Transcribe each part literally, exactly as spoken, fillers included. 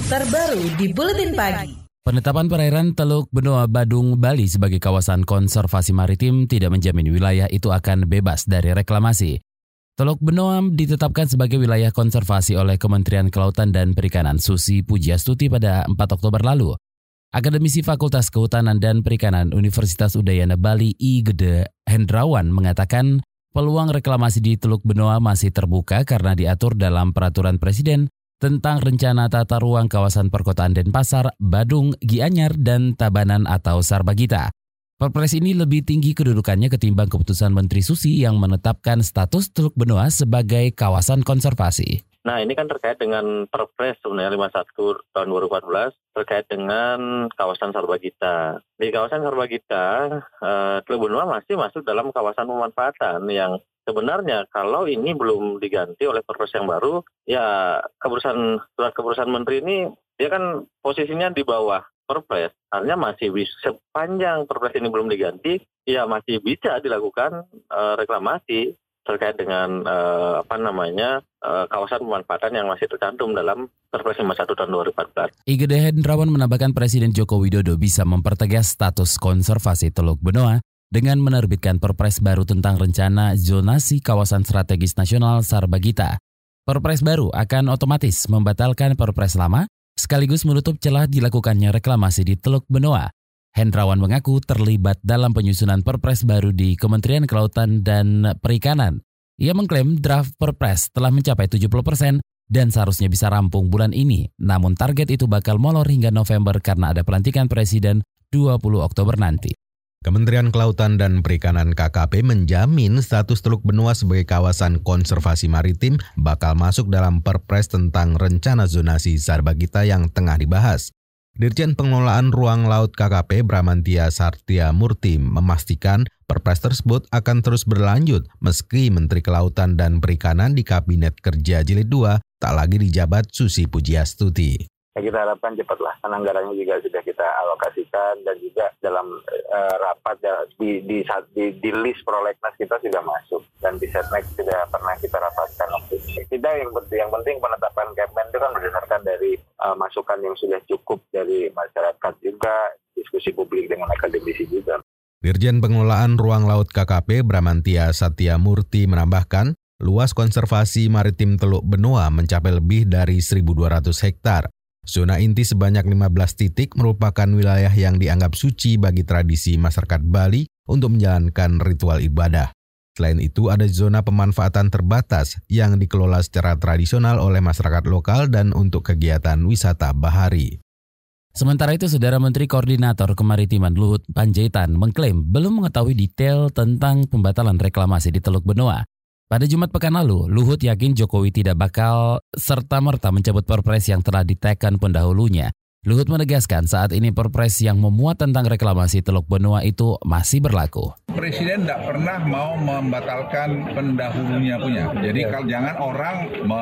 terbaru di Buletin Pagi. Penetapan perairan Teluk Benoa Badung, Bali sebagai kawasan konservasi maritim tidak menjamin wilayah itu akan bebas dari reklamasi. Teluk Benoa ditetapkan sebagai wilayah konservasi oleh Kementerian Kelautan dan Perikanan Susi Pujiastuti pada empat Oktober lalu. Akademisi Fakultas Kehutanan dan Perikanan Universitas Udayana Bali I Gede Hendrawan mengatakan peluang reklamasi di Teluk Benoa masih terbuka karena diatur dalam Peraturan Presiden tentang Rencana Tata Ruang Kawasan Perkotaan Denpasar, Badung, Gianyar, dan Tabanan atau Sarbagita. Perpres ini lebih tinggi kedudukannya ketimbang keputusan Menteri Susi yang menetapkan status Teluk Benoa sebagai kawasan konservasi. Nah, ini kan terkait dengan Perpres sebenarnya lima puluh satu tahun dua ribu empat belas terkait dengan kawasan Sarbagita. Di kawasan Sarbagita, eh, Teluk Benoa masih masuk dalam kawasan pemanfaatan yang sebenarnya kalau ini belum diganti oleh Perpres yang baru, ya keputusan surat keputusan Menteri ini dia kan posisinya di bawah Perpres. Artinya masih bisa, sepanjang Perpres ini belum diganti, ya masih bisa dilakukan uh, reklamasi terkait dengan uh, apa namanya uh, kawasan pemanfaatan yang masih tercantum dalam Perpres lima puluh satu tahun dua ribu empat belas. I Gede Hendrawan menambahkan Presiden Joko Widodo bisa mempertegas status konservasi Teluk Benoa dengan menerbitkan Perpres baru tentang rencana zonasi kawasan strategis nasional Sarbagita. Perpres baru akan otomatis membatalkan Perpres lama, sekaligus menutup celah dilakukannya reklamasi di Teluk Benoa. Hendrawan mengaku terlibat dalam penyusunan Perpres baru di Kementerian Kelautan dan Perikanan. Ia mengklaim draft Perpres telah mencapai tujuh puluh persen dan seharusnya bisa rampung bulan ini. Namun target itu bakal molor hingga November karena ada pelantikan Presiden dua puluh Oktober nanti. Kementerian Kelautan dan Perikanan K K P menjamin status Teluk Benoa sebagai kawasan konservasi maritim bakal masuk dalam Perpres tentang rencana zonasi Sarbagita yang tengah dibahas. Dirjen Pengelolaan Ruang Laut K K P Bramantia Satya Murti memastikan Perpres tersebut akan terus berlanjut meski Menteri Kelautan dan Perikanan di Kabinet Kerja Jilid dua tak lagi dijabat Susi Pujiastuti. Ya, kita harapkan cepatlah, kan anggarannya juga sudah kita alokasikan dan juga dalam uh, rapat ya, di, di, di, di list prolegnas kita sudah masuk dan di setnek sudah pernah kita rapatkan. Kita yang penting, yang penting penetapan Kepmen itu kan berdasarkan dari uh, masukan yang sudah cukup dari masyarakat juga, diskusi publik dengan akademisi juga. Dirjen Pengelolaan Ruang Laut K K P Bramantia Satya Murti menambahkan, luas konservasi maritim Teluk Benoa mencapai lebih dari seribu dua ratus hektar. Zona inti sebanyak lima belas titik merupakan wilayah yang dianggap suci bagi tradisi masyarakat Bali untuk menjalankan ritual ibadah. Selain itu, ada zona pemanfaatan terbatas yang dikelola secara tradisional oleh masyarakat lokal dan untuk kegiatan wisata bahari. Sementara itu, Saudara Menteri Koordinator Kemaritiman Luhut Panjaitan mengklaim belum mengetahui detail tentang pembatalan reklamasi di Teluk Benoa. Pada Jumat pekan lalu, Luhut yakin Jokowi tidak bakal serta-merta mencabut Perpres yang telah diteken pendahulunya. Luhut menegaskan saat ini Perpres yang memuat tentang reklamasi Teluk Benoa itu masih berlaku. Presiden tidak pernah mau membatalkan pendahulunya punya. Jadi kalau jangan orang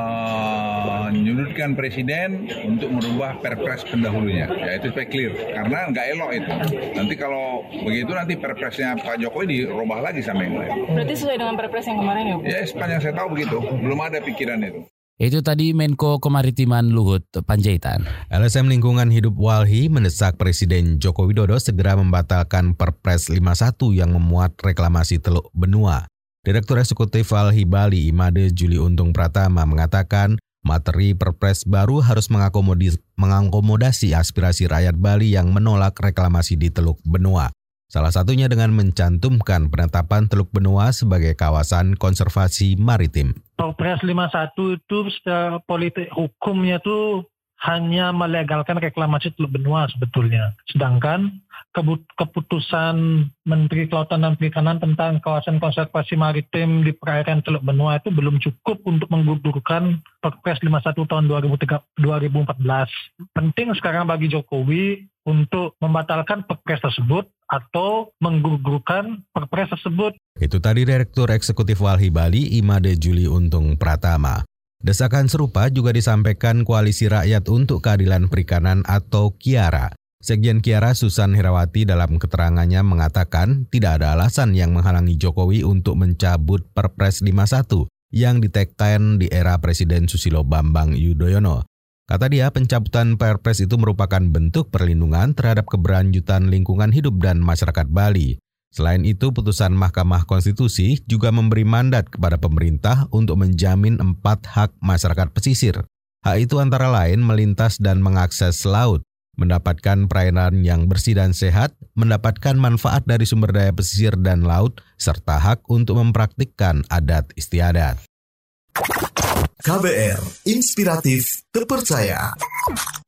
menyudutkan Presiden untuk merubah Perpres pendahulunya. Ya itu supaya clear. Karena nggak elok itu. Nanti kalau begitu nanti Perpresnya Pak Jokowi dirubah lagi sama yang lain. Berarti sesuai dengan Perpres yang kemarin ya? Ya sepanjang saya tahu begitu. Belum ada pikiran itu. Itu tadi Menko Kemaritiman Luhut Panjaitan. L S M Lingkungan Hidup Walhi mendesak Presiden Joko Widodo segera membatalkan Perpres lima puluh satu yang memuat reklamasi Teluk Benoa. Direktur Eksekutif Walhi Bali Imade Juli Untung Pratama mengatakan materi Perpres baru harus mengakomodasi, mengakomodasi aspirasi rakyat Bali yang menolak reklamasi di Teluk Benoa. Salah satunya dengan mencantumkan penetapan Teluk Benoa sebagai kawasan konservasi maritim. Perpres lima puluh satu itu secara politik hukumnya itu hanya melegalkan reklamasi Teluk Benoa sebetulnya. Sedangkan keputusan Menteri Kelautan dan Perikanan tentang kawasan konservasi maritim di perairan Teluk Benoa itu belum cukup untuk menggugurkan Perpres lima puluh satu tahun dua ribu empat belas. Penting sekarang bagi Jokowi untuk membatalkan Perpres tersebut atau menggugurkan Perpres tersebut. Itu tadi Direktur Eksekutif Walhi Bali Imade Juli Untung Pratama. Desakan serupa juga disampaikan Koalisi Rakyat untuk Keadilan Perikanan atau KIARA. Sekjen KIARA Susan Herawati dalam keterangannya mengatakan tidak ada alasan yang menghalangi Jokowi untuk mencabut Perpres lima puluh satu yang diteken di era Presiden Susilo Bambang Yudhoyono. Kata dia, pencabutan Perpres itu merupakan bentuk perlindungan terhadap keberlanjutan lingkungan hidup dan masyarakat Bali. Selain itu, putusan Mahkamah Konstitusi juga memberi mandat kepada pemerintah untuk menjamin empat hak masyarakat pesisir. Hak itu antara lain melintas dan mengakses laut, mendapatkan perairan yang bersih dan sehat, mendapatkan manfaat dari sumber daya pesisir dan laut, serta hak untuk mempraktikkan adat istiadat. K B R, inspiratif, terpercaya.